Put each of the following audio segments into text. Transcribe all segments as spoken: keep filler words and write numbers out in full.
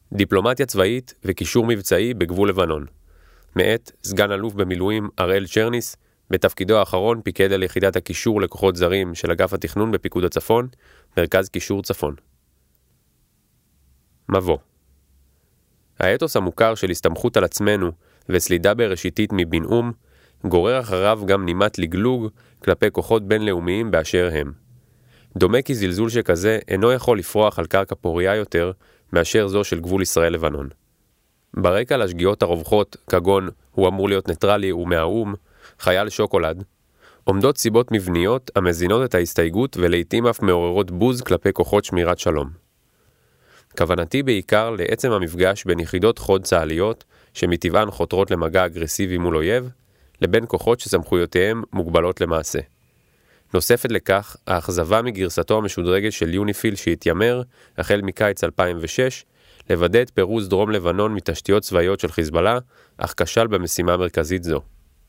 דיפלומטיה צבאית וקישור מבצעי בגבול לבנון. מאת סגן אלוף במילואים אראל צ'רניס, בתפקידו האחרון פיקד על יחידת הקישור לכוחות זרים של אגף התכנון בפיקוד הצפון, מרכז קישור צפון. מבוא. האתוס המוכר של הסתמכות על עצמנו וסלידה בראשיתית מבינאום, גורר אחריו גם נימת לגלוג כלפי כוחות בינלאומיים באשר הם. דומה כי זלזול שכזה אינו יכול לפרוח על קרקע פוריה יותר מאשר זו של גבול ישראל-לבנון. ברקע לשגיאות הרווחות, כגון הוא אמור להיות ניטרלי ומהאום, חייל שוקולד, עומדות סיבות מבניות המזינות את ההסתייגות ולעיתים אף מעוררות בוז כלפי כוחות שמירת שלום. כוונתי בעיקר לעצם המפגש בין יחידות חוד צה"ליות שמטבען חותרות למגע אגרסיבי מול אויב, לבין כוחות שסמכויותיהם מוגבלות למעשה. נוספת לכך, האכזבה מגרסתו המשודרגת של יוניפיל שהתיימר, החל מקיץ אלפיים ושש, לוודא את פירוז דרום לבנון מתשתיות צבאיות של חיזבאללה, אך כשל במשימה מרכזית זו.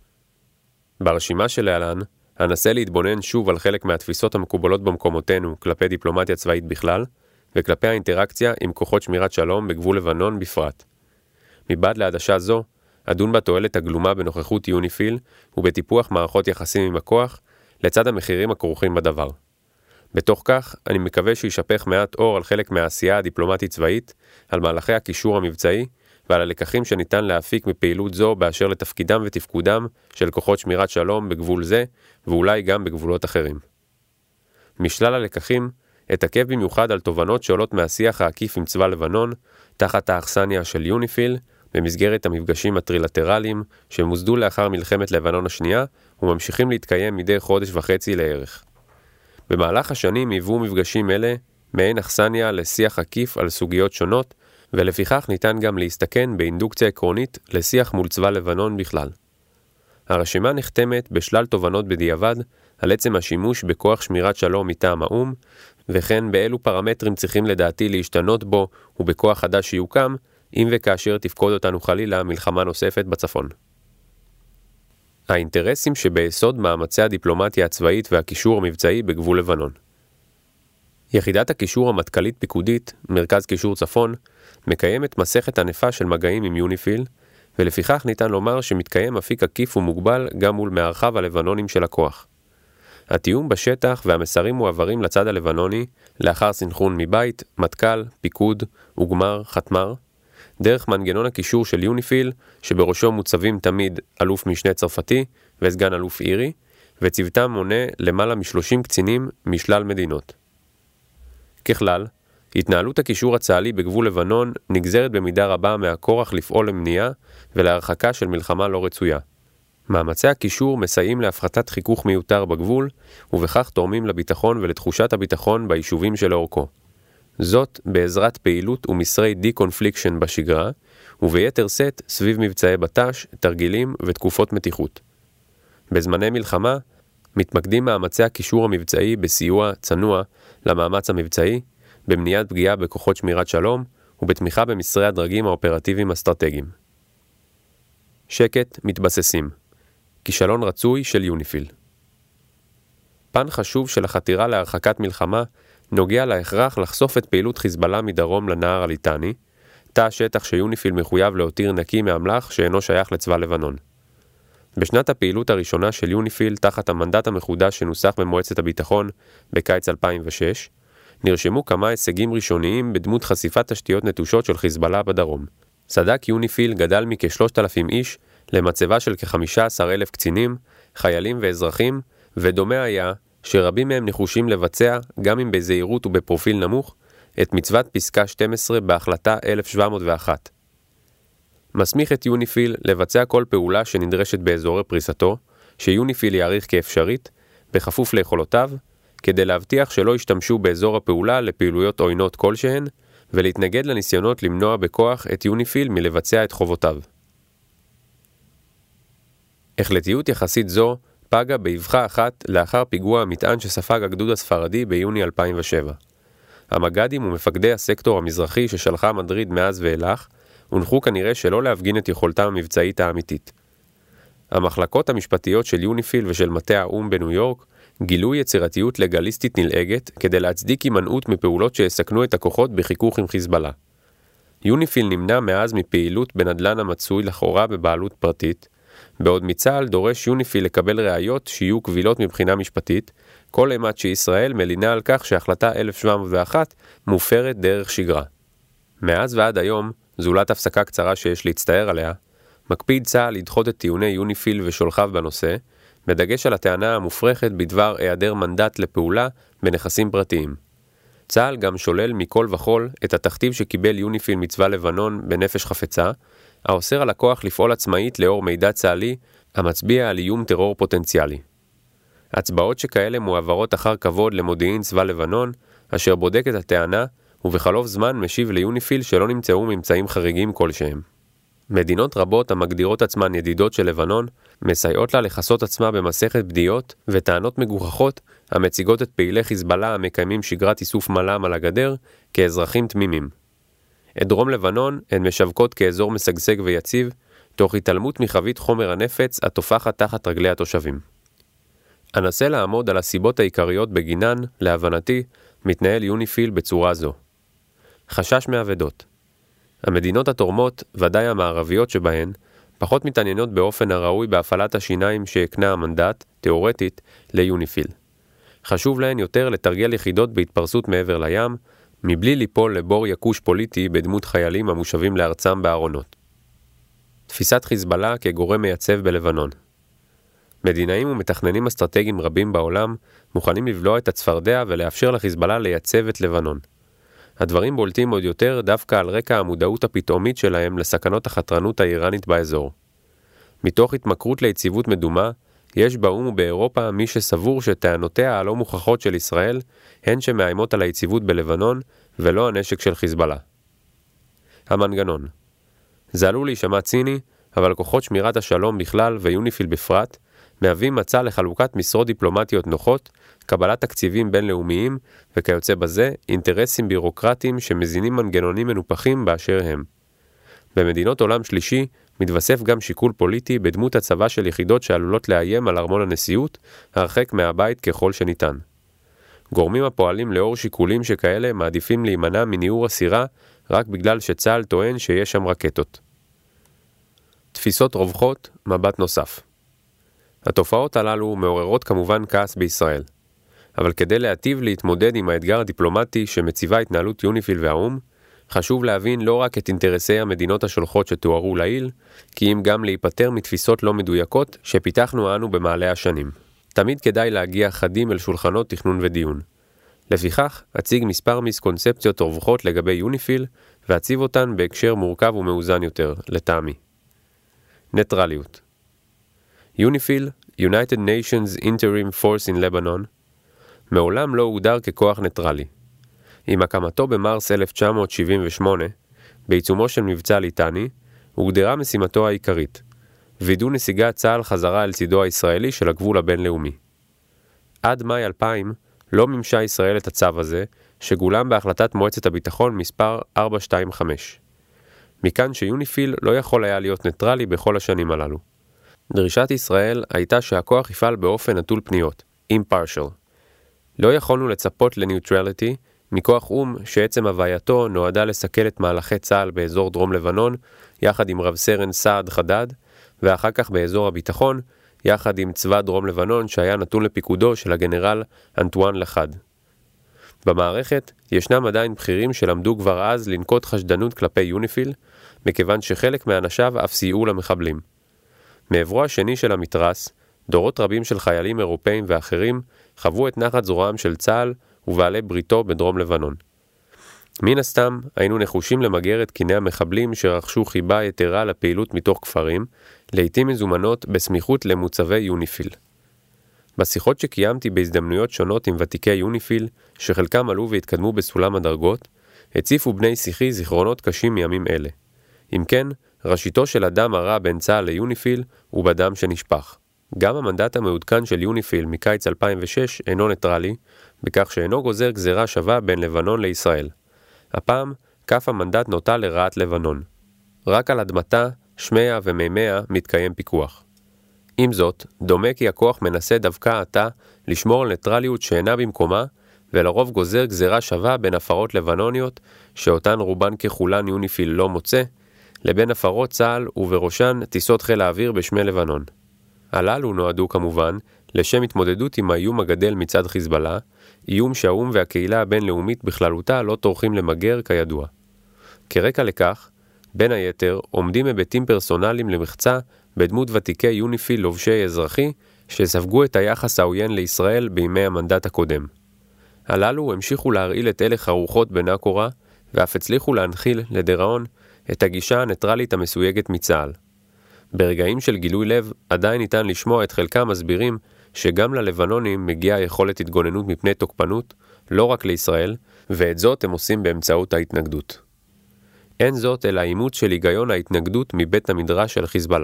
ברשימה שלהלן, אנסה להתבונן שוב על חלק מהתפיסות המקובלות במקומותינו כלפי דיפלומטיה צבאית בכלל, וכלפי האינטראקציה עם כוחות שמירת שלום בגבול לבנון בפרט. מבעד לעדשה זו, אדון בתועלת הגלומה בנוכחות יוניפיל ובטיפוח מערכות יחסים עם הכוח, לצד המחירים הכרוכים בדבר. בתוך כך, אני מקווה שישפך מעט אור על חלק מהעשייה הדיפלומטית צבאית, על מהלכי הקישור המבצעי, ועל הלקחים שניתן להפיק מפעילות זו באשר לתפקידם ותפקודם של כוחות שמירת שלום בגבול זה, ואולי גם בגבולות אחרים. משלל הלקחים, אתעכב במיוחד על תובנות שעולות מהשיח העקיף עם צבא לבנון, תחת האכסניה של יוניפיל, במסגרת המפגשים הטרילטרליים שמוסדו לאחר מלחמת לבנון השנייה וממשיכים להתקיים מדי חודש וחצי לערך. במהלך השנים היוו מפגשים אלה מעין אכסניה לשיח עקיף על סוגיות שונות, ולפיכך ניתן גם להסתכן באינדוקציה עקרונית לשיח מול צבא לבנון בכלל. הרשימה נחתמת בשלל תובנות בדיעבד על עצם השימוש בכוח שמירת שלום מטעם האום, וכן באילו פרמטרים צריכים לדעתי להשתנות בו ובכוח חדש שיוקם, אם וכאשר תפקוד אותנו חלילה מלחמה נוספת בצפון. האינטרסים שביסוד מאמצי הדיפלומטיה הצבאית והקישור המבצעי בגבול לבנון. יחידת הקישור המטכ"לית פיקודית, מרכז קישור צפון, מקיימת מסכת ענפה של מגעים עם יוניפיל, ולפיכך ניתן לומר שמתקיים אפיק עקיף ומוגבל גם מול מערכיו הלבנונים של הכוח. התיאום בשטח והמסרים מועברים לצד הלבנוני, לאחר סנכרון מבית, מטכ"ל, פיקוד, וגמר, חתמר, דרך מנגנון הקישור של יוניפיל, שבראשו מוצבים תמיד אלוף משנה צרפתי וסגן אלוף אירי, וצוותם מונה למעלה משלושים קצינים משלל מדינות. ככלל, התנהלות הקישור הצה"לי בגבול לבנון נגזרת במידה רבה מהכורח לפעול למניעה ולהרחקה של מלחמה לא רצויה. מאמצי הקישור מסייעים להפחתת חיכוך מיותר בגבול, ובכך תורמים לביטחון ולתחושת הביטחון ביישובים שלאורכו. זאת בעזרת פעילות ומסרי די-קונפליקשן בשגרה, וביתר סט סביב מבצעי בט"ש, תרגילים ותקופות מתיחות. בזמני מלחמה, מתמקדים מאמצי הקישור המבצעי בסיוע צנוע למאמץ המבצעי, במניעת פגיעה בכוחות שמירת שלום, ובתמיכה במסרי הדרגים האופרטיביים אסטרטגיים. שקט מתבססים. כישלון רצוי של יוניפיל. פן חשוב של החתירה להרחקת מלחמה נוגע להכרח לחשוף את פעילות חיזבאללה מדרום לנהר הליטני, תא השטח שיוניפיל מחויב להותיר נקי מאמל"ח שאינו שייך לצבא לבנון. בשנת הפעילות הראשונה של יוניפיל תחת המנדט המחודש שנוסח במועצת הביטחון בקיץ אלפיים ושש, נרשמו כמה הישגים ראשוניים בדמות חשיפת תשתיות נטושות של חיזבאללה בדרום. סד"כ יוניפיל גדל מכ-שלושת אלפים איש למצבה של כ-חמישה עשר אלף קצינים, חיילים ואזרחים, ודומה היה שרבים מהם נחושים לבצע, גם אם בזהירות ובפרופיל נמוך, את מצוות פסקה שתים עשרה בהחלטה אלף שבע מאות ואחת. מסמיך את יוניפיל לבצע כל פעולה שנדרשת באזורי פריסתו, שיוניפיל יעריך כאפשרית, בכפוף ליכולותיו, כדי להבטיח שלא ישתמשו באזור הפעולה לפעילויות עוינות כלשהן, ולהתנגד לניסיונות למנוע בכוח את יוניפיל מלבצע את חובותיו. החלטיות יחסית זו פגה באבחה אחת לאחר פיגוע המטען שספג הגדוד הספרדי ביוני אלפיים ושבע. המג"דים ומפקדי הסקטור המזרחי ששלחה מדריד מאז ואילך, הונחו כנראה שלא להפגין את יכולתם המבצעית האמיתית. המחלקות המשפטיות של יוניפיל ושל מטה האום בניו יורק גילו יצירתיות לגליסטית נלעגת כדי להצדיק הימנעות מפעולות שיסכנו את הכוחות בחיכוך עם חיזבאללה. יוניפיל נמנע מאז מפעילות בנדלן המצוי לכאורה בבעלות פרטית, בעוד מצה"ל דורש יוניפיל לקבל ראיות שיהיו קבילות מבחינה משפטית, כל אימת שישראל מלינה על כך שהחלטה אלף שבע מאות ואחת מופרת דרך שגרה. מאז ועד היום, זולת הפסקה קצרה שיש להצטער עליה, מקפיד צה"ל לדחות את טיעוני יוניפיל ושולחיו בנושא, בדגש על הטענה המופרכת בדבר היעדר מנדט לפעולה בנכסים פרטיים. צה"ל גם שולל מכל וכל את התכתיב שקיבל יוניפיל מצבא לבנון בנפש חפצה, האוסר על הכוח לפעול עצמאית לאור מידע צה"לי המצביע על איום טרור פוטנציאלי. הצבעות שכאלה מועברות אחר כבוד למודיעין צבא לבנון, אשר בודק את הטענה ובחלוף זמן משיב ליוניפיל שלא נמצאו ממצאים חריגים כלשהם. מדינות רבות המגדירות עצמן ידידות של לבנון, מסייעות לה לחסות עצמה במסכת בדיות וטענות מגוחכות המציגות את פעילי חיזבאללה המקיימים שגרת איסוף מל"ם על הגדר כאזרחים תמימים. את דרום לבנון הן משווקות כאזור משגשג ויציב, תוך התעלמות מחבית חומר הנפץ התופחת תחת רגלי התושבים. אנסה לעמוד על הסיבות העיקריות בגינן, להבנתי, מתנהל יוניפיל בצורה זו. חשש מעבדות. המדינות התורמות, ודאי המערביות שבהן, פחות מתעניינות באופן הראוי בהפעלת השיניים שהקנה המנדט, תיאורטית, ליוניפיל. חשוב להן יותר לתרגל יחידות בהתפרסות מעבר לים, מבלי ליפול לבור יקוש פוליטי בדמות חיילים המושבים לארצם בארונות. תפיסת חיזבאללה כגורם מייצב בלבנון. מדינאים ומתכננים אסטרטגיים רבים בעולם מוכנים לבלוע את הצפרדע ולאפשר לחיזבאללה לייצב את לבנון. הדברים בולטים עוד יותר דווקא על רקע המודעות הפתאומית שלהם לסכנות החתרנות האיראנית באזור. מתוך התמכרות ליציבות מדומה, יש באום ובאירופה מי שסבור שטענותיה הלא מוכחות של ישראל הן שמאיימות על היציבות בלבנון ולא הנשק של חיזבאללה. המנגנון. זה עלול להישמע ציני, אבל כוחות שמירת השלום בכלל ויוניפיל בפרט מהווים מצע לחלוקת משרות דיפלומטיות נוחות, קבלת תקציבים בינלאומיים וכיוצא בזה אינטרסים בירוקרטיים שמזינים מנגנונים מנופחים באשר הם. במדינות עולם שלישי מתווסף גם שיקול פוליטי בדמות הצבה של יחידות שעלולות לאיים על ארמון הנשיאות, הרחק מהבית ככל שניתן. גורמים הפועלים לאור שיקולים שכאלה מעדיפים להימנע מניעור הסירה רק בגלל שצה"ל טוען שיש שם רקטות. תפיסות רווחות, מבט נוסף. התופעות הללו מעוררות כמובן כעס בישראל, אבל כדי להטיב להתמודד עם האתגר הדיפלומטי שמציבה התנהלות יוניפיל והאום, חשוב להבין לא רק את אינטרסי המדינות השולחות שתוארו לעיל, כי אם גם להיפטר מתפיסות לא מדויקות שפיתחנו אנו במעלה השנים. תמיד כדאי להגיע חדים אל שולחנות תכנון ודיון. לפיכך, אציג מספר מיסקונספציות רווחות לגבי יוניפיל, ואציב אותן בהקשר מורכב ומאוזן יותר, לטעמי. ניטרליות. יוניפיל, United Nations Interim Force in Lebanon, מעולם לא הוגדר ככוח ניטרלי. עם הקמתו במרס אלף תשע מאות שבעים ושמונה, בעיצומו של מבצע ליטני, הוגדרה משימתו העיקרית, וידוא נסיגת צה"ל חזרה אל צידו הישראלי של הגבול הבינלאומי. עד מאי אלפיים לא מימשה ישראל את הצו הזה, שגולם בהחלטת מועצת הביטחון מספר ארבע מאות עשרים וחמש. מכאן שיוניפיל לא יכול היה להיות ניטרלי בכל השנים הללו. דרישת ישראל הייתה שהכוח יפעל באופן נטול פניות, impartial. לא יכולנו לצפות לניוטרליטי, מכוח אום שעצם הווייתו נועדה לסכל את מהלכי צה"ל באזור דרום לבנון, יחד עם רב סרן סעד חדד, ואחר כך באזור הביטחון, יחד עם צבא דרום לבנון שהיה נתון לפיקודו של הגנרל אנטואן לחד. במערכת ישנם עדיין בכירים שלמדו כבר אז לנקוט חשדנות כלפי יוניפיל, מכיוון שחלק מאנשיו אף סייעו למחבלים. מעברו השני של המתרס, דורות רבים של חיילים אירופאים ואחרים חוו את נחת זרועם של צה"ל ובעלי בריתו בדרום לבנון. מן הסתם היינו נחושים למגר את קיני המחבלים שרכשו חיבה יתרה לפעילות מתוך כפרים, לעתים מזומנות בסמיכות למוצבי יוניפיל. בשיחות שקיימתי בהזדמנויות שונות עם ותיקי יוניפיל, שחלקם עלו והתקדמו בסולם הדרגות, הציפו בני שיחי זיכרונות קשים מימים אלה. אם כן, ראשיתו של אדם הרע בין צה"ל ליוניפיל הוא בדם שנשפך. גם המנדט המעודכן של יוניפיל מקיץ אלפיים ושש אינו ניטרלי, בכך שאינו גוזר גזרה שווה בין לבנון לישראל. הפעם, כף המנדט נוטה לרעת לבנון. רק על אדמתה, שמיה ומימיה מתקיים פיקוח. עם זאת, דומה כי הכוח מנסה דווקא עתה לשמור על ניטרליות שאינה במקומה, ולרוב גוזר גזרה שווה בין הפרות לבנוניות, שאותן רובן ככולן יוניפיל לא מוצא, לבין הפרות צה"ל ובראשן טיסות חיל האוויר בשמי לבנון. הללו נועדו כמובן לשם התמודדות עם האיום הגדל מצד חיזבאללה, איום שהאו"ם והקהילה הבינלאומית בכללותה לא טורחים למגר כידוע. כרקע לכך, בין היתר עומדים היבטים פרסונליים למחצה בדמות ותיקי יוניפיל לובשי אזרחי שספגו את היחס העוין לישראל בימי המנדט הקודם. הללו המשיכו להרעיל את הלך הרוחות בנקורה ואף הצליחו להנחיל לדראון את הגישה הניטרלית המסויגת מצה"ל. ברגעים של גילוי לב עדיין ניתן לשמוע את חלקם מסבירים שגם ללבנונים מגיעה יכולת התגוננות מפני תוקפנות, לא רק לישראל, ואת זאת הם עושים באמצעות ההתנגדות. אין זאת אלא אימוץ של היגיון ההתנגדות מבית המדרש של חיזבאללה.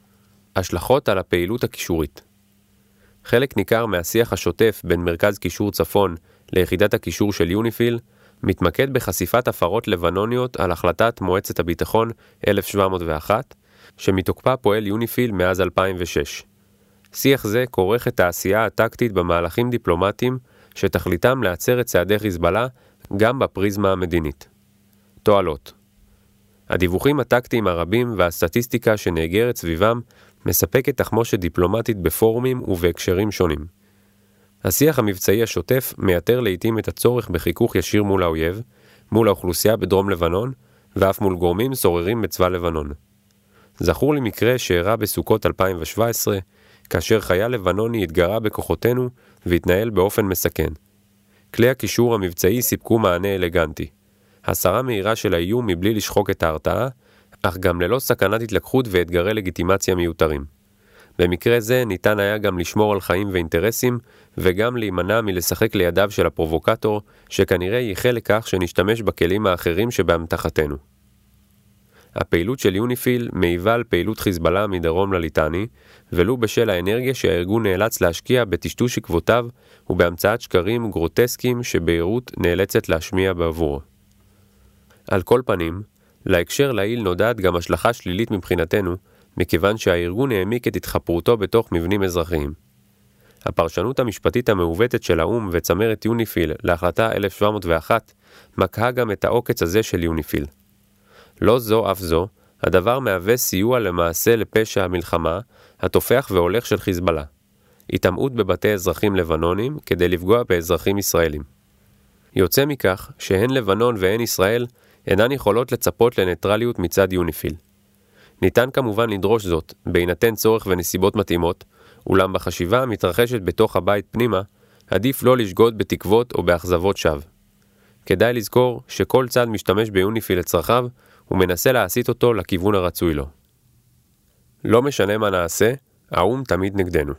השלכות על הפעילות הקישורית. חלק ניכר מהשיח השוטף בין מרכז קישור צפון ליחידת הקישור של יוניפיל מתמקד בחשיפת הפרות לבנוניות על החלטת מועצת הביטחון אלף שבע מאות ואחת, שמתוקפה פועל יוניפיל מאז אלפיים ושש. שיח זה כורך את העשייה הטקטית במהלכים דיפלומטיים שתכליתם לעצר את צעדי חיזבאללה גם בפריזמה המדינית. תועלות. הדיווחים הטקטיים הרבים והסטטיסטיקה שנאגרת סביבם מספקת תחמושת דיפלומטית בפורומים ובהקשרים שונים. השיח המבצעי השוטף מייתר לעתים את הצורך בחיכוך ישיר מול האויב, מול האוכלוסייה בדרום לבנון, ואף מול גורמים סוררים בצבא לבנון. זכור לי מקרה שאירע בסוכות אלפיים שבע עשרה, כאשר חייל לבנוני התגרה בכוחותינו והתנהל באופן מסכן. כלי הקישור המבצעי סיפקו מענה אלגנטי. הסרה מהירה של האיום מבלי לשחוק את ההרתעה, אך גם ללא סכנת התלקחות ואתגרי לגיטימציה מיותרים. במקרה זה ניתן היה גם לשמור על חיים ואינטרסים, וגם להימנע מלשחק לידיו של הפרובוקטור, שכנראה ייחל לכך שנשתמש בכלים האחרים שבאמתחתנו. הפעילות של יוניפיל מעיבה על פעילות חיזבאללה מדרום לליטני, ולו בשל האנרגיה שהארגון נאלץ להשקיע בטשטוש עקבותיו ובהמצאת שקרים גרוטסקיים שביירות נאלצת להשמיע בעבורו. על כל פנים, להקשר לעיל נודעת גם השלכה שלילית מבחינתנו, מכיוון שהארגון העמיק את התחפרותו בתוך מבנים אזרחיים. הפרשנות המשפטית המעוותת של האו"ם וצמרת יוניפיל להחלטה אלף שבע מאות ואחת מקהה גם את העוקץ הזה של יוניפיל. לא זו אף זו, הדבר מהווה סיוע למעשה לפשע המלחמה, התופח והולך של חיזבאללה. התאמעות בבתי אזרחים לבנונים כדי לפגוע באזרחים ישראלים. יוצא מכך שהן לבנון והן ישראל אינן יכולות לצפות לניטרליות מצד יוניפיל. ניתן כמובן לדרוש זאת, בהינתן צורך ונסיבות מתאימות, אולם בחשיבה המתרחשת בתוך הבית פנימה, עדיף לא לשגות בתקוות או באכזבות שווא. כדאי לזכור שכל צד משתמש ביוניפיל לצרכיו, ומנסה להסיט אותו לכיוון הרצוי לו. לא משנה מה נעשה, האו"ם תמיד נגדנו.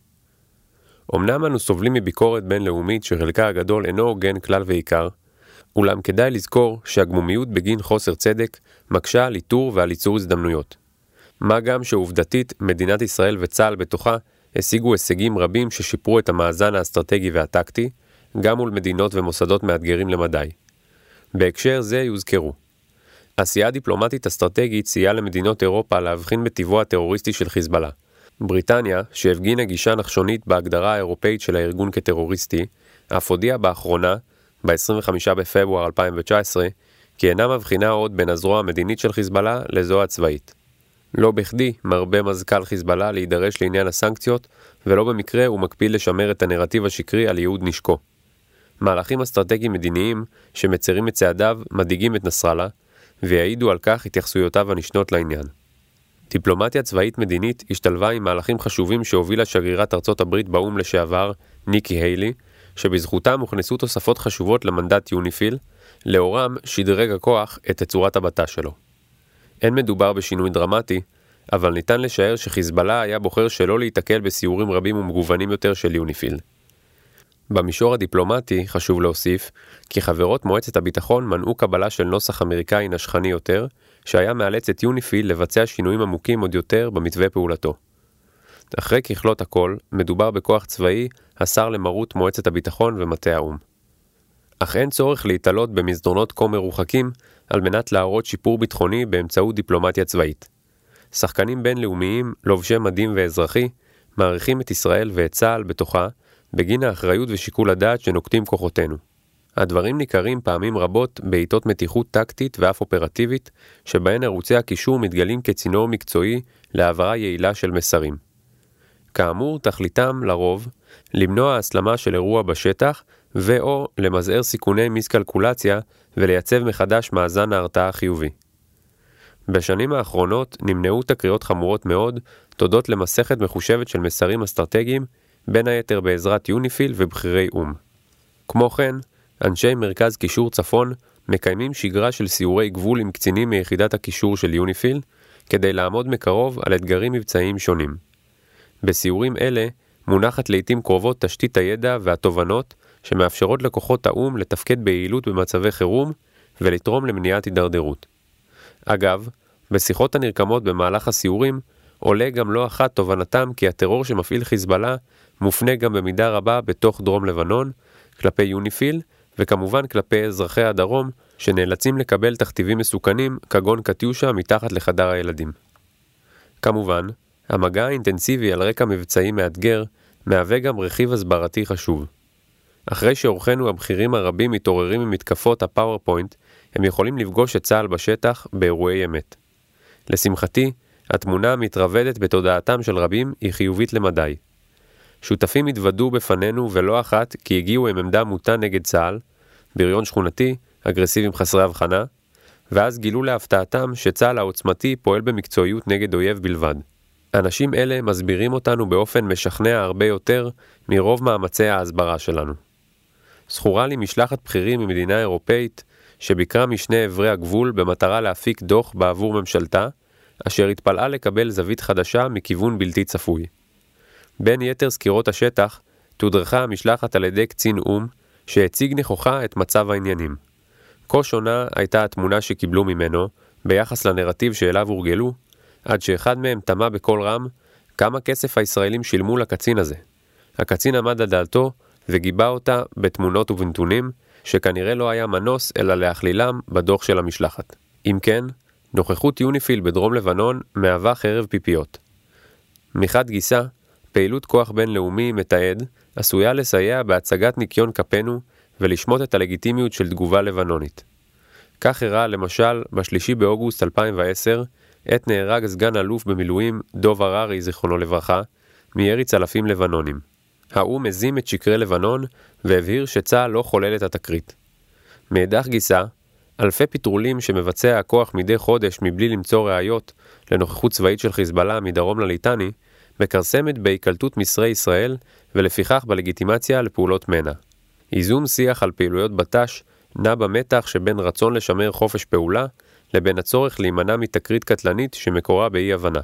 אמנם אנו סובלים מביקורת בינלאומית שחלקה הגדול אינו הוגן כלל ועיקר, אולם כדאי לזכור שהגמומיות בגין חוסר צדק מקשה על איתור ועל ייצור הזדמנויות. מה גם שעובדתית מדינת ישראל וצה"ל בתוכה השיגו הישגים רבים ששיפרו את המאזן האסטרטגי והטקטי, גם מול מדינות ומוסדות מאתגרים למדי. בהקשר זה יוזכרו. עשייה דיפלומטית אסטרטגית סייעה למדינות אירופה להבחין בטבעו הטרוריסטי של חיזבאללה. בריטניה, שהפגינה גישה נחשונית בהגדרה האירופאית של הארגון כטרוריסטי, אף הודיעה באחרונה, ב-עשרים וחמישה בפברואר אלפיים תשע עשרה, כי אינה מבחינה עוד בין הזרוע המדינית של חיזבאללה לזו הצבאית. לא בכדי מרבה מזכ"ל חיזבאללה להידרש לעניין הסנקציות, ולא במקרה הוא מקפיד לשמר את הנרטיב השקרי על ייעוד נשקו. מהלכים אסטרטגיים מדיניים שמצרים את צעדיו מדאיגים את נסראללה, ויעידו על כך התייחסויותיו הנשנות לעניין. דיפלומטיה צבאית מדינית השתלבה עם מהלכים חשובים שהובילה שגרירת ארצות הברית באו"ם לשעבר, ניקי היילי, שבזכותם הוכנסו תוספות חשובות למנדט יוניפיל, לאורם שדרג הכוח את תצורת הבט"ש שלו. אין מדובר בשינוי דרמטי, אבל ניתן לשער שחיזבאללה היה בוחר שלא להתקל בסיורים רבים ומגוונים יותר של יוניפיל. במישור הדיפלומטי חשוב להוסיף כי חברות מועצת הביטחון מנעו קבלה של נוסח אמריקאי נשכני יותר, שהיה מאלץ את יוניפיל לבצע שינויים עמוקים עוד יותר במתווה פעולתו. אחרי ככלות הכל, מדובר בכוח צבאי השר למרות מועצת הביטחון ומטה האו"ם. אך אין צורך להתעלות במסדרונות כה מרוחקים על מנת להראות שיפור ביטחוני באמצעות דיפלומטיה צבאית. שחקנים בינלאומיים, לובשי מדים ואזרחי, מעריכים את ישראל ואת צה"ל בתוכה, בגין האחריות ושיקול הדעת שנוקטים כוחותינו. הדברים ניכרים פעמים רבות בעיתות מתיחות טקטית ואף אופרטיבית, שבהן ערוצי הקישור מתגלים כצינור מקצועי להעברה יעילה של מסרים. כאמור, תכליתם לרוב למנוע הסלמה של אירוע בשטח ו/או למזער סיכוני מיסקלקולציה ולייצב מחדש מאזן ההרתעה חיובי. בשנים האחרונות נמנעו תקריות חמורות מאוד תודות למסכת מחושבת של מסרים אסטרטגיים, בין היתר בעזרת יוניפיל ובחירי אום. כמו כן, אנשי מרכז קישור צפון מקיימים שגרה של סיורי גבול עם קצינים מיחידת הקישור של יוניפיל, כדי לעמוד מקרוב על אתגרים מבצעיים שונים. בסיורים אלה מונחת לעתים קרובות תשתית הידע והתובנות שמאפשרות לכוחות האום לתפקד ביעילות במצבי חירום ולתרום למניעת הידרדרות. אגב, בשיחות הנרקמות במהלך הסיורים עולה גם לא אחת תובנתם כי הטרור שמפעיל חיזבאללה מופנה גם במידה רבה בתוך דרום לבנון, כלפי יוניפיל וכמובן כלפי אזרחי הדרום שנאלצים לקבל תכתיבים מסוכנים כגון קטיושה מתחת לחדר הילדים. כמובן, המגע האינטנסיבי על רקע מבצעי מאתגר מהווה גם רכיב הסברתי חשוב. אחרי שאורחינו הבכירים הרבים מתעוררים ממתקפות הפאורפוינט, הם יכולים לפגוש את צה"ל בשטח באירועי אמת. לשמחתי, התמונה המתרבדת בתודעתם של רבים היא חיובית למדי. שותפים התוודו בפנינו ולא אחת כי הגיעו עם עמדה מוטה נגד צה"ל, בריון שכונתי, אגרסיביים חסרי הבחנה, ואז גילו להפתעתם שצה"ל העוצמתי פועל במקצועיות נגד אויב בלבד. אנשים אלה מסבירים אותנו באופן משכנע הרבה יותר מרוב מאמצי ההסברה שלנו. זכורה לי משלחת בכירים ממדינה אירופאית שביקרה משני עברי הגבול במטרה להפיק דוח בעבור ממשלתה, אשר התפלאה לקבל זווית חדשה מכיוון בלתי צפוי. בין יתר סקירות השטח, תודרכה המשלחת על ידי קצין אום, שהציג נכוחה את מצב העניינים. כה שונה הייתה התמונה שקיבלו ממנו, ביחס לנרטיב שאליו הורגלו, עד שאחד מהם תמה בקול רם, כמה כסף הישראלים שילמו לקצין הזה. הקצין עמד על דעתו, וגיבה אותה בתמונות ובנתונים, שכנראה לא היה מנוס אלא להכלילם בדוח של המשלחת. אם כן, נוכחות יוניפיל בדרום לבנון מהווה חרב פיפיות. מחד גיסה, פעילות כוח בינלאומי מתעד עשויה לסייע בהצגת ניקיון כפינו ולשמוט את הלגיטימיות של תגובה לבנונית. כך הראה למשל בשלישי באוגוסט אלפיים ועשר, עת נהרג סגן אלוף במילואים דוב הררי זיכרונו לברכה, מירי צלפים לבנונים. האום הזים את שקרי לבנון והבהיר שצה"ל לא חולל את התקרית. מאידך גיסה, אלפי פטרולים שמבצע הכוח מדי חודש מבלי למצוא ראיות לנוכחות צבאית של חיזבאללה מדרום לליטני, מקרסמת בהיקלטות מסרי ישראל ולפיכך בלגיטימציה לפעולות מנע. איזום שיח על פעילויות בט"ש נע במתח שבין רצון לשמר חופש פעולה לבין הצורך להימנע מתקרית קטלנית שמקורה באי הבנה.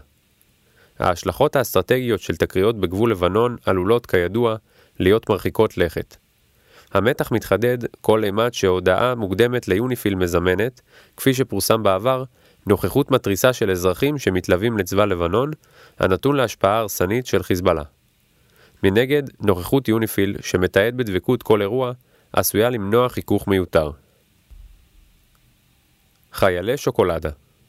ההשלכות האסטרטגיות של תקריות בגבול לבנון עלולות כידוע להיות מרחיקות לכת. המתח מתחדד כל אימת שהודעה מוקדמת ליוניפיל מזמנת, כפי שפורסם בעבר, נוכחות מטריסה של אזרחים שמתלווים לצבא לבנון, הנתון להשפעה הרסנית של חיזבאללה. מנגד, נוכחות יוניפיל שמתעד בדבקות כל אירוע, עשויה למנוע חיכוך מיותר. חיילי שוקולדה.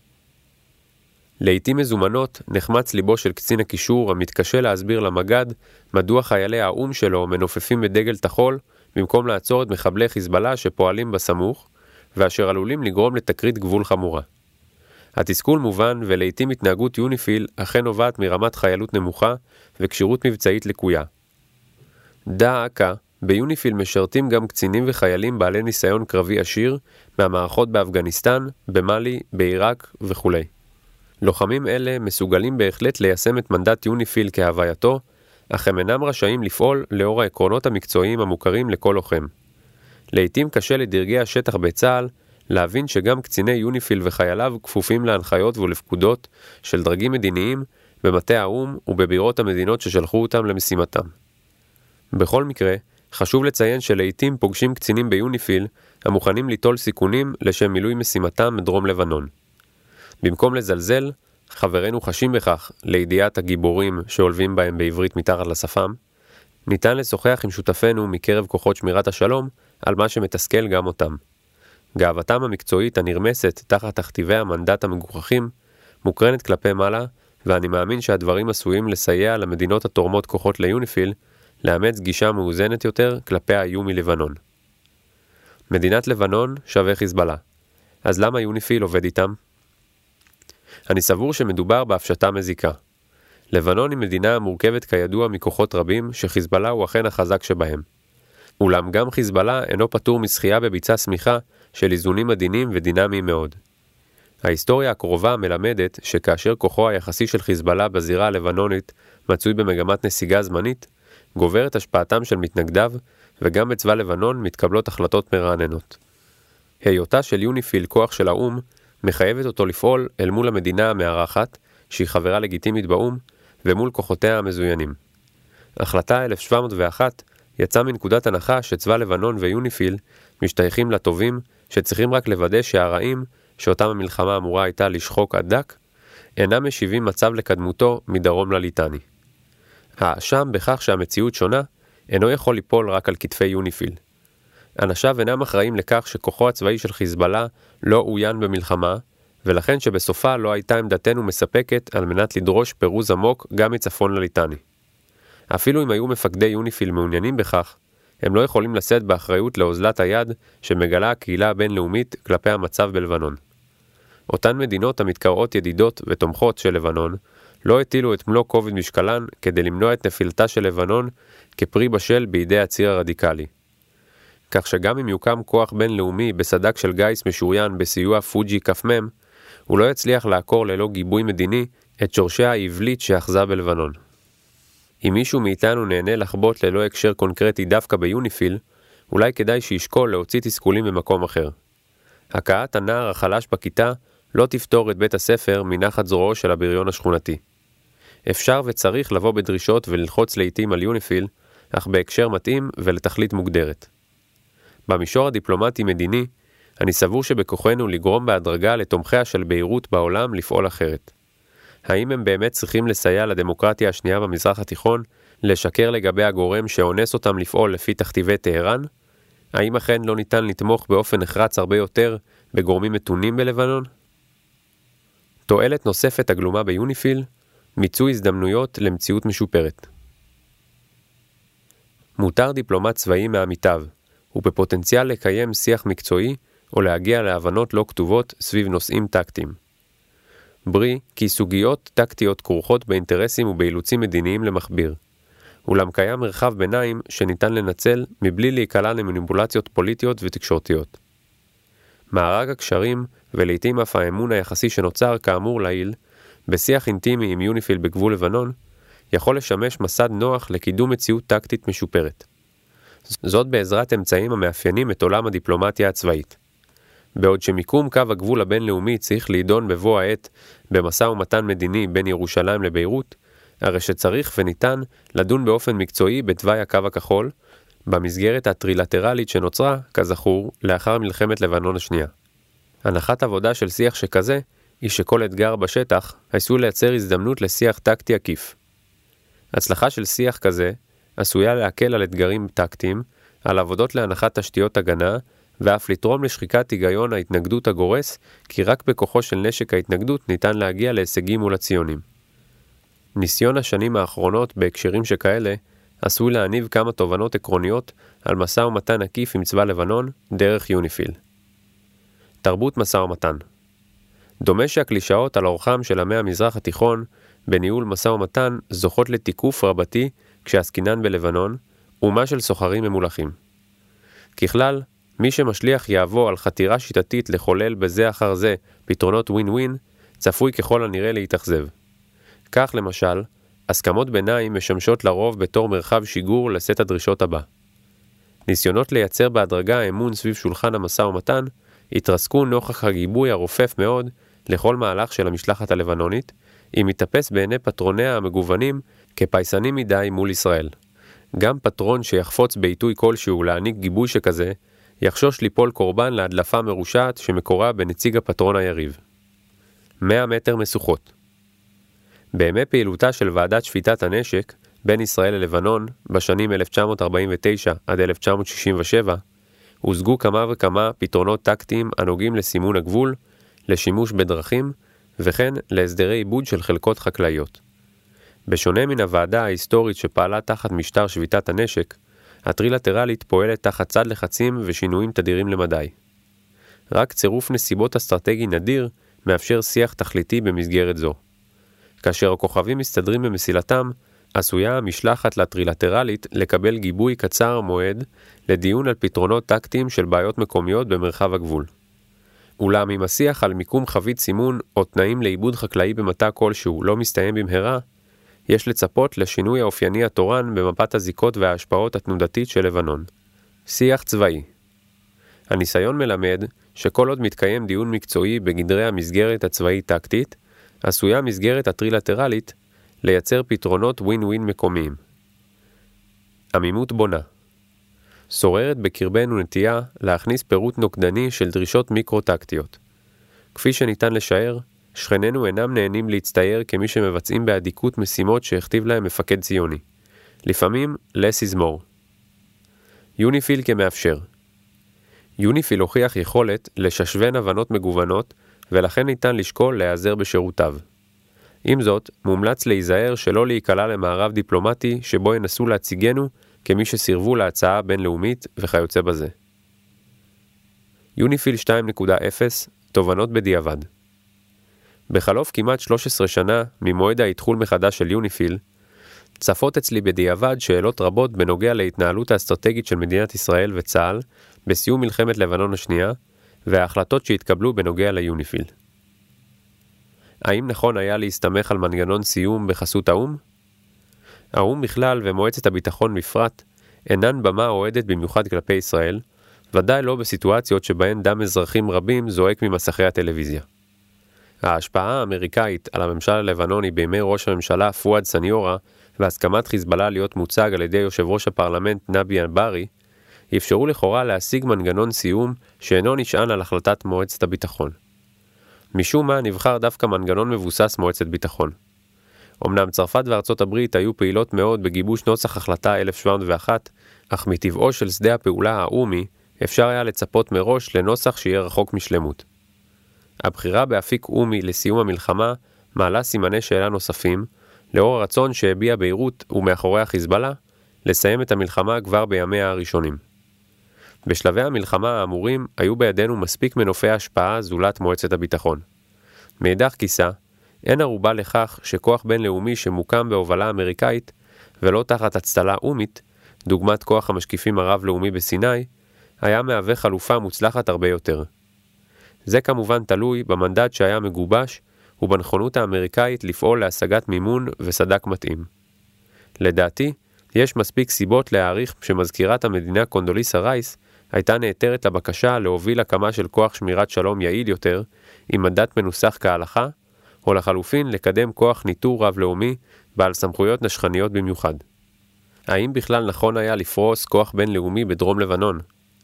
לעתים מזומנות נחמץ ליבו של קצין הקישור המתקשה להסביר למגד מדוע חיילי האום שלו מנופפים בדגל תחול במקום לעצור את מחבלי חיזבאללה שפועלים בסמוך ואשר עלולים לגרום לתקרית גבול חמורה. התסכול מובן ולעתים התנהגות יוניפיל אכן נובעת מרמת חיילות נמוכה וקשירות מבצעית לקויה. דא עקא, ביוניפיל משרתים גם קצינים וחיילים בעלי ניסיון קרבי עשיר מהמערכות באפגניסטן, במאלי, בעיראק וכו'. לוחמים אלה מסוגלים בהחלט ליישם את מנדט יוניפיל כהווייתו, אך הם אינם רשאים לפעול לאור העקרונות המקצועיים המוכרים לכל לוחם. לעתים קשה לדרגי השטח בצה"ל להבין שגם קציני יוניפיל וחייליו כפופים להנחיות ולפקודות של דרגים מדיניים במטה האום ובבירות המדינות ששלחו אותם למשימתם. בכל מקרה, חשוב לציין שלעתים פוגשים קצינים ביוניפיל המוכנים ליטול סיכונים לשם מילוי משימתם מדרום לבנון. במקום לזלזל, חברינו חשים בכך לידיעת הגיבורים שעולבים בהם בעברית מתחת לשפם, ניתן לשוחח עם שותפינו מקרב כוחות שמירת השלום על מה שמתסכל גם אותם. גאוותם המקצועית הנרמסת תחת תכתיבי המנדט המגוחכים מוקרנת כלפי מעלה, ואני מאמין שהדברים עשויים לסייע למדינות התורמות כוחות ליוניפיל לאמץ גישה מאוזנת יותר כלפי האיום מלבנון. מדינת לבנון שווה חיזבאללה. אז למה יוניפיל עובד איתם? אני סבור שמדובר בהפשטה מזיקה. לבנון היא מדינה מורכבת כידוע מכוחות רבים שחיזבאללה הוא אכן החזק שבהם. אולם גם חיזבאללה אינו פטור משחייה בביצה סמיכה של איזונים עדינים ודינמיים מאוד. ההיסטוריה הקרובה מלמדת שכאשר כוחו היחסי של חיזבאללה בזירה הלבנונית מצוי במגמת נסיגה זמנית, גוברת השפעתם של מתנגדיו, וגם בצבא לבנון מתקבלות החלטות מרעננות. היותה של יוניפיל כוח של האום מחייבת אותו לפעול אל מול המדינה המארחת, שהיא חברה לגיטימית באום, ומול כוחותיה המזוינים. החלטה אלף שבע מאות ואחת יצאה מנקודת הנחה שצבא לבנון ויוניפיל משתייכים לטובים, שצריכים רק לוודא שהרעים, שאותם המלחמה אמורה הייתה לשחוק עד דק, אינם משיבים מצב לקדמותו מדרום לליטני. האשם בכך שהמציאות שונה, אינו יכול ליפול רק על כתפי יוניפיל. אנשיו אינם אחראים לכך שכוחו הצבאי של חיזבאללה לא אוין במלחמה, ולכן שבסופה לא הייתה עמדתנו מספקת על מנת לדרוש פירוז עמוק גם מצפון לליטני. אפילו אם היו מפקדי יוניפיל מעוניינים בכך, הם לא יכולים לשאת באחריות להוזלת היד שמגלה הקהילה הבינלאומית כלפי המצב בלבנון. אותן מדינות המתקראות ידידות ותומכות של לבנון לא הטילו את מלוא כובד משקלן כדי למנוע את נפילתה של לבנון כפרי בשל בידי הציר הרדיקלי. כך שגם אם יוקם כוח בינלאומי בסדק של גייס משוריין בסיוע פוג'י כפמם, הוא לא יצליח לעקור ללא גיבוי מדיני את שורשי העברית שאחזה בלבנון. אם מישהו מאיתנו נהנה לחבוט ללא הקשר קונקרטי דווקא ביוניפיל, אולי כדאי שישקול להוציא תסכולים במקום אחר. הכאת הנער החלש בכיתה לא תפתור את בית הספר מנחת זרועו של הבריון השכונתי. אפשר וצריך לבוא בדרישות וללחוץ לעתים על יוניפיל, אך בהקשר מתאים ולתכלית מוגדרת. במישור הדיפלומטי-מדיני, אני סבור שבכוחנו לגרום בהדרגה לתומכיה של ביירות בעולם לפעול אחרת. האם הם באמת צריכים לסייע לדמוקרטיה השנייה במזרח התיכון, לשקר לגבי הגורם שאונס אותם לפעול לפי תכתיבי טהרן? האם אכן לא ניתן לתמוך באופן נחרץ הרבה יותר בגורמים מתונים בלבנון? תועלת נוספת הגלומה ביוניפיל, מיצוי הזדמנויות למציאות משופרת. מותר דיפלומט צבאי מעמיתיו, ובפוטנציאל לקיים שיח מקצועי או להגיע להבנות לא כתובות סביב נושאים טקטיים. ברי כי סוגיות טקטיות כרוכות באינטרסים ובאילוצים מדיניים למכביר, אולם קיים מרחב ביניים שניתן לנצל מבלי להיקלע למניפולציות פוליטיות ותקשורתיות. מארג הקשרים ולעיתים אף האמון היחסי שנוצר כאמור לעיל, בשיח אינטימי עם יוניפיל בגבול לבנון, יכול לשמש מסד נוח לקידום מציאות טקטית משופרת. זאת בעזרת אמצעים המאפיינים את עולם הדיפלומטיה הצבאית. בעוד שמיקום קו הגבול הבינלאומי צריך להידון בבוא העת במשא ומתן מדיני בין ירושלים לביירות, הרי שצריך וניתן לדון באופן מקצועי בתוואי הקו הכחול, במסגרת הטרילטרלית שנוצרה, כזכור, לאחר מלחמת לבנון השנייה. הנחת עבודה של שיח שכזה, היא שכל אתגר בשטח עשוי לייצר הזדמנות לשיח טקטי עקיף. הצלחה של שיח כזה עשויה להקל על אתגרים טקטיים, על עבודות להנחת תשתיות הגנה, ואף לתרום לשחיקת היגיון ההתנגדות הגורס, כי רק בכוחו של נשק ההתנגדות ניתן להגיע להישגים מול הציונים. ניסיון השנים האחרונות בהקשרים שכאלה, עשוי להניב כמה תובנות עקרוניות על משא ומתן עקיף עם צבא לבנון דרך יוניפיל. תרבות משא ומתן. דומה שהקלישאות על אורחם של עמי המזרח התיכון בניהול משא ומתן זוכות לתיקוף רבתי כשעסקינן בלבנון, ומה של סוחרים ממולכים. ככלל, מי שמשליח יעבור על חתירה שיטתית לחולל בזה אחר זה פתרונות ווין ווין, צפוי ככל הנראה להתאכזב. כך למשל, הסכמות ביניים משמשות לרוב בתור מרחב שיגור לסט הדרישות הבא. ניסיונות לייצר בהדרגה האמון סביב שולחן המשא ומתן, התרסקו נוכח הגיבוי הרופף מאוד לכל מהלך של המשלחת הלבנונית, אם מתאפס בעיני פטרוניה המגוונים כפייסנים מדי מול ישראל. גם פטרון שיחפוץ בעיתוי כלשהו להעניק גיבוי שכזה, יחשוש ליפול קורבן להדלפה מרושעת שמקורה בנציג הפטרון היריב. מאה מטר משוכות. בימי פעילותה של ועדת שפיטת הנשק בין ישראל ללבנון בשנים אלף תשע מאות ארבעים ותשע עד אלף תשע מאות שישים ושבע, הושגו כמה וכמה פתרונות טקטיים הנוגעים לסימון הגבול, לשימוש בדרכים, וכן להסדרי עיבוד של חלקות חקלאיות. בשונה מן הוועדה ההיסטורית שפעלה תחת משטר שביתת הנשק, הטרילטרלית פועלת תחת צד לחצים ושינויים תדירים למדי. רק צירוף נסיבות אסטרטגי נדיר מאפשר שיח תכליתי במסגרת זו. כאשר הכוכבים מסתדרים במסילתם, עשויה המשלחת לטרילטרלית לקבל גיבוי קצר מועד לדיון על פתרונות טקטיים של בעיות מקומיות במרחב הגבול. אולם אם השיח על מיקום חבית סימון או תנאים לעיבוד חקלאי במטע כלשהו לא מסתיים במהרה, יש לצפות לשינוי האופייני התורן במפת הזיקות וההשפעות התנודתית של לבנון. שיח צבאי. הניסיון מלמד שכל עוד מתקיים דיון מקצועי בגדרי המסגרת הצבאית-טקטית, עשויה מסגרת הטרילטרלית לייצר פתרונות ווין-ווין מקומיים. עמימות בונה. שוררת בקרבנו נטייה להכניס פירוט נוקדני של דרישות מיקרו-טקטיות. כפי שניתן לשער, שכנינו אינם נהנים להצטייר כמי שמבצעים באדיקות משימות שהכתיב להם מפקד ציוני. לפעמים, less is more. יוניפיל כמאפשר. יוניפיל הוכיח יכולת לששבן הבנות מגוונות, ולכן ניתן לשקול להיעזר בשירותיו. עם זאת, מומלץ להיזהר שלא להיקלע למערב דיפלומטי שבו ינסו להציגנו כמי שסירבו להצעה בינלאומית וכיוצא בזה. יוניפיל שתיים נקודה אפס, תובנות בדיעבד. בחלוף כמעט שלוש עשרה שנה ממועד ההתחול מחדש של יוניפיל, צפות אצלי בדיעבד שאלות רבות בנוגע להתנהלות האסטרטגית של מדינת ישראל וצה"ל בסיום מלחמת לבנון השנייה, וההחלטות שהתקבלו בנוגע ליוניפיל. האם נכון היה להסתמך על מנגנון סיום בחסות האום? האום בכלל ומועצת הביטחון בפרט אינן במה אוהדת במיוחד כלפי ישראל, ודאי לא בסיטואציות שבהן דם אזרחים רבים זועק ממסכי הטלוויזיה. ההשפעה האמריקאית על הממשל הלבנוני בימי ראש הממשלה פואד סניורה והסכמת חיזבאללה להיות מוצג על ידי יושב ראש הפרלמנט נבי אל-בארי, אפשרו לכאורה להשיג מנגנון סיום שאינו נשען על החלטת מועצת הביטחון. משום מה נבחר דווקא מנגנון מבוסס מועצת ביטחון. אמנם צרפת וארצות הברית היו פעילות מאוד בגיבוש נוסח החלטה אלף שבע מאות ואחת, אך מטבעו של שדה הפעולה האומי אפשר היה לצפות מראש לנוסח שיהיה רחוק משלמות. הבחירה באפיק אומי לסיום המלחמה מעלה סימני שאלה נוספים, לאור הרצון שהביע ביירות ומאחורי החיזבאללה לסיים את המלחמה כבר בימיה הראשונים. בשלבי המלחמה האמורים היו בידינו מספיק מנופי השפעה זולת מועצת הביטחון. מאידך גיסא, אין ערובה לכך שכוח בינלאומי שמוקם בהובלה אמריקאית ולא תחת הצטלה אומית, דוגמת כוח המשקיפים הרב-לאומי בסיני, היה מהווה חלופה מוצלחת הרבה יותר. זה כמובן תלוי במנדט שהיה מגובש ובנכונות האמריקאית לפעול להשגת מימון וסדק מתאים. לדעתי, יש מספיק סיבות להעריך שמזכירת המדינה קונדוליסה רייס הייתה נעתרת לבקשה להוביל הקמה של כוח שמירת שלום יעיל יותר עם מנדט מנוסח כהלכה, או לחלופין לקדם כוח ניטור רב-לאומי בעל סמכויות נשכניות במיוחד. האם בכלל נכון היה לפרוס כוח בינלאומי בדרום לבנון?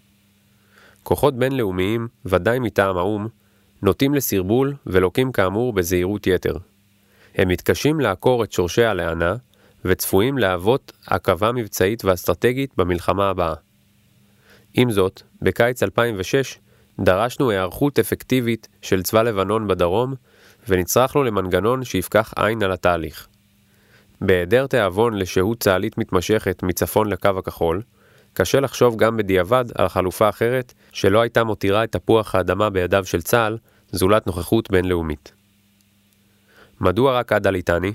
כוחות בינלאומיים, ודאי מטעם האום, נוטים לסרבול ולוקים כאמור בזהירות יתר. הם מתקשים לעקור את שורשי הלענה, וצפויים להוות עקבה מבצעית ואסטרטגית במלחמה הבאה. עם זאת, בקיץ אלפיים ושש דרשנו הערכות אפקטיבית של צבא לבנון בדרום, ונצרכנו למנגנון שיפקח עין על התהליך. בהיעדר תיאבון לשהות צה"לית מתמשכת מצפון לקו הכחול, קשה לחשוב גם בדיעבד על חלופה אחרת שלא הייתה מותירה את תפוח האדמה בידיו של צה"ל, זולת נוכחות בינלאומית. מדוע רק עד הליטני?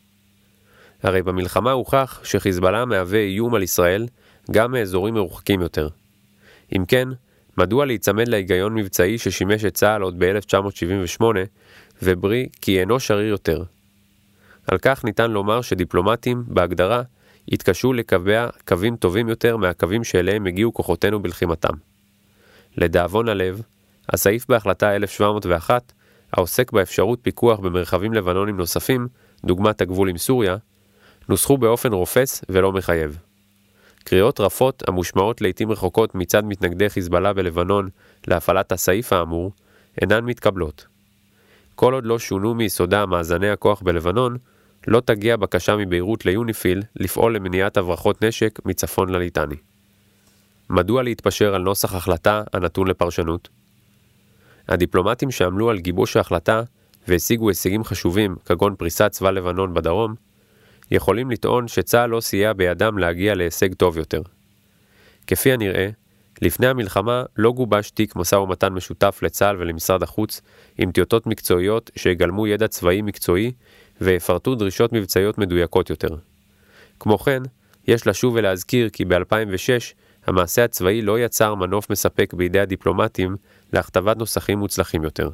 הרי במלחמה הוכח שחיזבאללה מהווה איום על ישראל גם מאזורים מרוחקים יותר. אם כן, מדוע להיצמד להיגיון מבצעי ששימש את צה"ל עוד ב-אלף תשע מאות שבעים ושמונה, ובריא כי אינו שריר יותר? על כך ניתן לומר שדיפלומטים, בהגדרה, התקשו לקבע קווים טובים יותר מהקווים שאליהם הגיעו כוחותינו בלחימתם. לדאבון הלב, הסעיף בהחלטה אלף שבע מאות ואחת, העוסק באפשרות פיקוח במרחבים לבנונים נוספים, דוגמת הגבול עם סוריה, נוסחו באופן רופס ולא מחייב. קריאות רפות המושמעות לעתים רחוקות מצד מתנגדי חיזבאללה בלבנון להפעלת הסעיף האמור, אינן מתקבלות. כל עוד לא שונו מיסודה מאזני הכוח בלבנון, לא תגיע בקשה מביירות ליוניפיל לפעול למניעת הברחות נשק מצפון לליטני. מדוע להתפשר על נוסח החלטה הנתון לפרשנות? הדיפלומטים שעמלו על גיבוש ההחלטה והשיגו הישגים חשובים כגון פריסת צבא לבנון בדרום, יכולים לטעון שצה"ל לא סייע בידם להגיע להישג טוב יותר. כפי הנראה, לפני המלחמה לא גובש תיק משא ומתן משותף לצה"ל ולמשרד החוץ עם טיוטות מקצועיות שיגלמו ידע צבאי מקצועי ויפרטו דרישות מבצעיות מדויקות יותר. כמו כן, יש לשוב ולהזכיר כי ב-אלפיים ושש המעשה הצבאי לא יצר מנוף מספק בידי הדיפלומטים להכתבת נוסחים מוצלחים יותר.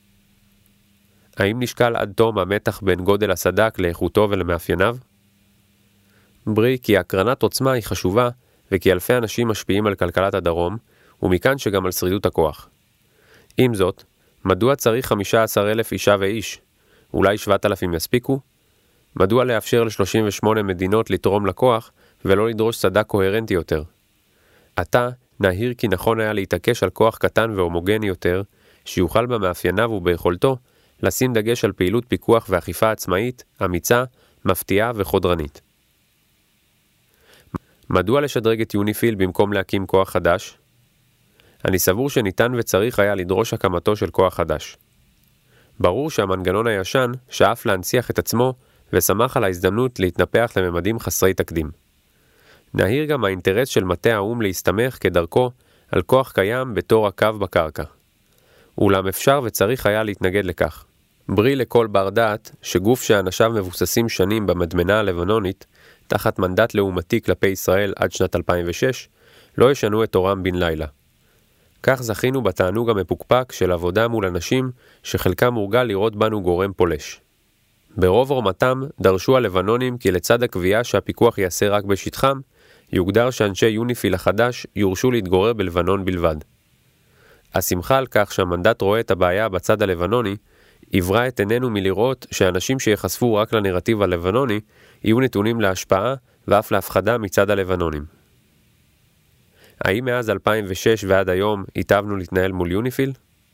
האם נשקל עד תום המתח בין גודל הסדק לאיכותו ולמאפייניו? ברי כי הקרנת עוצמה היא חשובה וכי אלפי אנשים משפיעים על כלכלת הדרום, ומכאן שגם על שרידות הכוח. עם זאת, מדוע צריך חמישה עשר אלף אישה ואיש? אולי שבעת אלפים יספיקו? מדוע לאפשר ל-שלושים ושמונה מדינות לתרום לכוח ולא לדרוש סדק קוהרנטי יותר? עתה נהיר כי נכון היה להתעקש על כוח קטן והומוגני יותר, שיוכל במאפייניו וביכולתו לשים דגש על פעילות פיקוח ואכיפה עצמאית, אמיצה, מפתיעה וחודרנית. מדוע לשדרג את יוניפיל במקום להקים כוח חדש? אני סבור שניתן וצריך היה לדרוש הקמתו של כוח חדש. ברור שהמנגנון הישן שאף להנציח את עצמו ושמח על ההזדמנות להתנפח לממדים חסרי תקדים. נהיר גם האינטרס של מטה האום להסתמך כדרכו על כוח קיים בתור הקו בקרקע. אולם אפשר וצריך היה להתנגד לכך. ברי לכל בר דעת שגוף שאנשיו מבוססים שנים במדמנה הלבנונית תחת מנדט לאומתי כלפי ישראל עד שנת אלפיים ושש, לא ישנו את תורם בן לילה. כך זכינו בתענוג המפוקפק של עבודה מול אנשים שחלקם מורגל לראות בנו גורם פולש. ברוב רומתם דרשו הלבנונים כי לצד הקביעה שהפיקוח יעשה רק בשטחם, יוגדר שאנשי יוניפיל החדש יורשו להתגורר בלבנון בלבד. השמחה על כך שהמנדט רואה את הבעיה בצד הלבנוני, עברה את עינינו מלראות שאנשים שיחשפו רק לנרטיב הלבנוני יהיו נתונים להשפעה ואף להפחדה מצד הלבנונים. האם מאז אלפיים ושש ועד היום התאבנו להתנהל מול יוניפיל?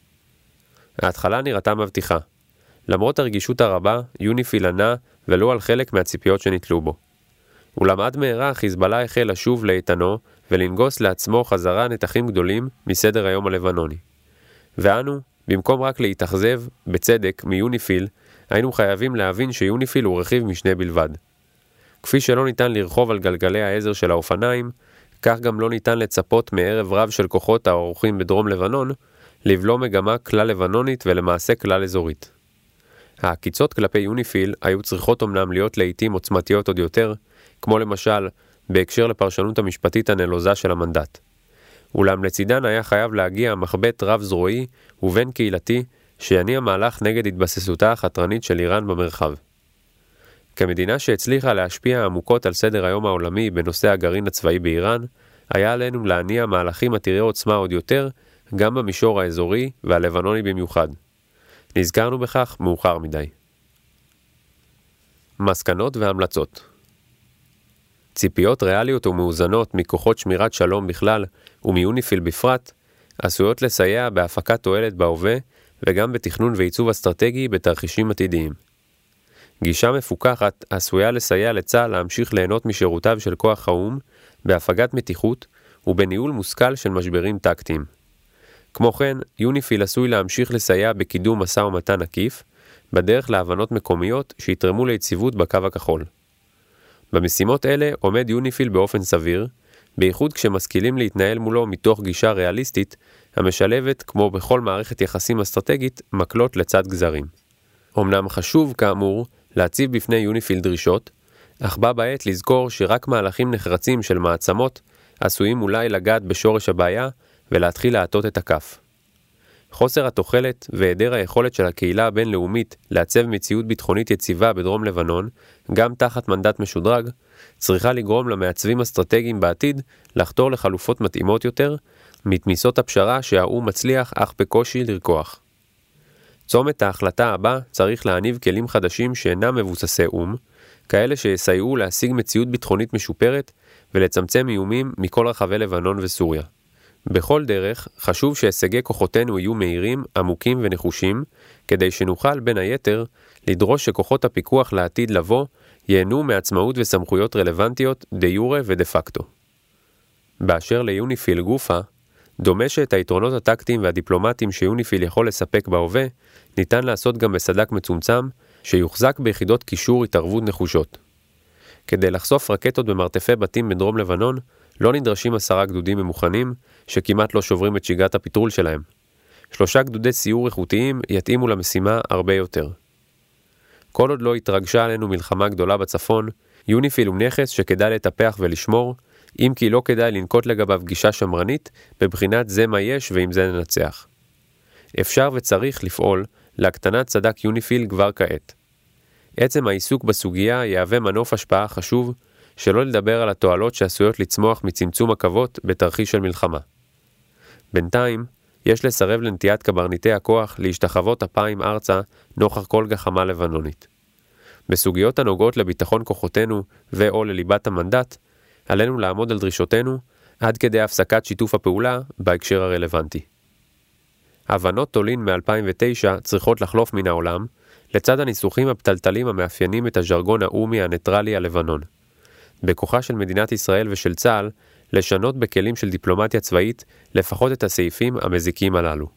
ההתחלה נראתה מבטיחה. למרות הרגישות הרבה, יוניפיל ענה ולא על חלק מהציפיות שנתלו בו. אולם עד מהרה חיזבאללה החל לשוב לאיתנו ולנגוס לעצמו חזרה נתחים גדולים מסדר היום הלבנוני. ואנו, במקום רק להתאכזב, בצדק, מיוניפיל, היינו חייבים להבין שיוניפיל הוא רכיב משנה בלבד. כפי שלא ניתן לרחוב על גלגלי העזר של האופניים, כך גם לא ניתן לצפות מערב רב של כוחות העורכים בדרום לבנון, לבלום מגמה כלל לבנונית ולמעשה כלל אזורית. העקיצות כלפי יוניפיל היו צריכות אומנם להיות לעתים עוצמתיות עוד יותר, כמו למשל בהקשר לפרשנות המשפטית הנלוזה של המנדט. אולם לצידן היה חייב להגיע מחבט רב זרועי ובין קהילתי שיניע מהלך נגד התבססותה החתרנית של איראן במרחב. כמדינה שהצליחה להשפיע עמוקות על סדר היום העולמי בנושא הגרעין הצבאי באיראן, היה עלינו להניע מהלכים עתירי עוצמה עוד יותר, גם במישור האזורי והלבנוני במיוחד. נזכרנו בכך מאוחר מדי. מסקנות והמלצות. ציפיות ריאליות ומאוזנות מכוחות שמירת שלום בכלל ומיוניפיל בפרט, עשויות לסייע בהפקת תועלת בהווה וגם בתכנון ועיצוב אסטרטגי בתרחישים עתידיים. גישה מפוקחת עשויה לסייע לצה"ל להמשיך ליהנות משירותיו של כוח האום בהפגת מתיחות ובניהול מושכל של משברים טקטיים. כמו כן, יוניפיל עשוי להמשיך לסייע בקידום משא ומתן עקיף, בדרך להבנות מקומיות שיתרמו ליציבות בקו הכחול. במשימות אלה עומד יוניפיל באופן סביר, בייחוד כשמשכילים להתנהל מולו מתוך גישה ריאליסטית, המשלבת, כמו בכל מערכת יחסים אסטרטגית, מקלות לצד גזרים. אמנם חשוב, כאמור, להציב בפני יוניפיל דרישות, אך בה בעת לזכור שרק מהלכים נחרצים של מעצמות עשויים אולי לגעת בשורש הבעיה ולהתחיל להטות את הכף. חוסר התוחלת והיעדר היכולת של הקהילה הבינלאומית לעצב מציאות ביטחונית יציבה בדרום לבנון, גם תחת מנדט משודרג, צריכה לגרום למעצבים אסטרטגיים בעתיד לחתור לחלופות מתאימות יותר, מתמיסות הפשרה שהאום מצליח אך בקושי לרקוח. צומת ההחלטה הבא צריך להניב כלים חדשים שאינם מבוססי אום, כאלה שיסייעו להשיג מציאות ביטחונית משופרת ולצמצם איומים מכל רחבי לבנון וסוריה. בכל דרך, חשוב שהישגי כוחותינו יהיו מהירים, עמוקים ונחושים, כדי שנוכל בין היתר לדרוש שכוחות הפיקוח לעתיד לבוא ייהנו מעצמאות וסמכויות רלוונטיות דה יורה ודה פקטו. באשר ליוניפיל גופה, דומה שאת היתרונות הטקטיים והדיפלומטיים שיוניפיל יכול לספק בהווה, ניתן לעשות גם בסדק מצומצם, שיוחזק ביחידות קישור התערבות נחושות. כדי לחשוף רקטות במרתפי בתים בדרום לבנון, לא נדרשים עשרה גדודים ממוכנים, שכמעט לא שוברים את שגרת הפטרול שלהם. שלושה גדודי סיור איכותיים יתאימו למשימה הרבה יותר. כל עוד לא התרגשה עלינו מלחמה גדולה בצפון, יוניפיל הוא נכס שכדאי לטפח ולשמור, אם כי לא כדאי לנקוט לגביו גישה שמרנית, בבחינת זה מה יש ועם זה ננצח. אפשר וצריך לפעול להקטנת סדק יוניפיל כבר כעת. עצם העיסוק בסוגיה יהווה מנוף השפעה חשוב, שלא לדבר על התועלות שעשויות לצמוח מצמצום עכבות בתרחיש של מלחמה. בינתיים, יש לסרב לנטיית קברניטי הכוח להשתחוות אפיים ארצה נוכח כל גחמה לבנונית. בסוגיות הנוגעות לביטחון כוחותינו ו/או לליבת המנדט, עלינו לעמוד על דרישותינו עד כדי הפסקת שיתוף הפעולה בהקשר הרלוונטי. הבנות טולין מ-אלפיים ותשע צריכות לחלוף מן העולם, לצד הניסוחים הפתלתלים המאפיינים את הז'רגון האומי הניטרלי הלבנון. בכוחה של מדינת ישראל ושל צה"ל, לשנות בכלים של דיפלומטיה צבאית לפחות את הסעיפים המזיקים הללו.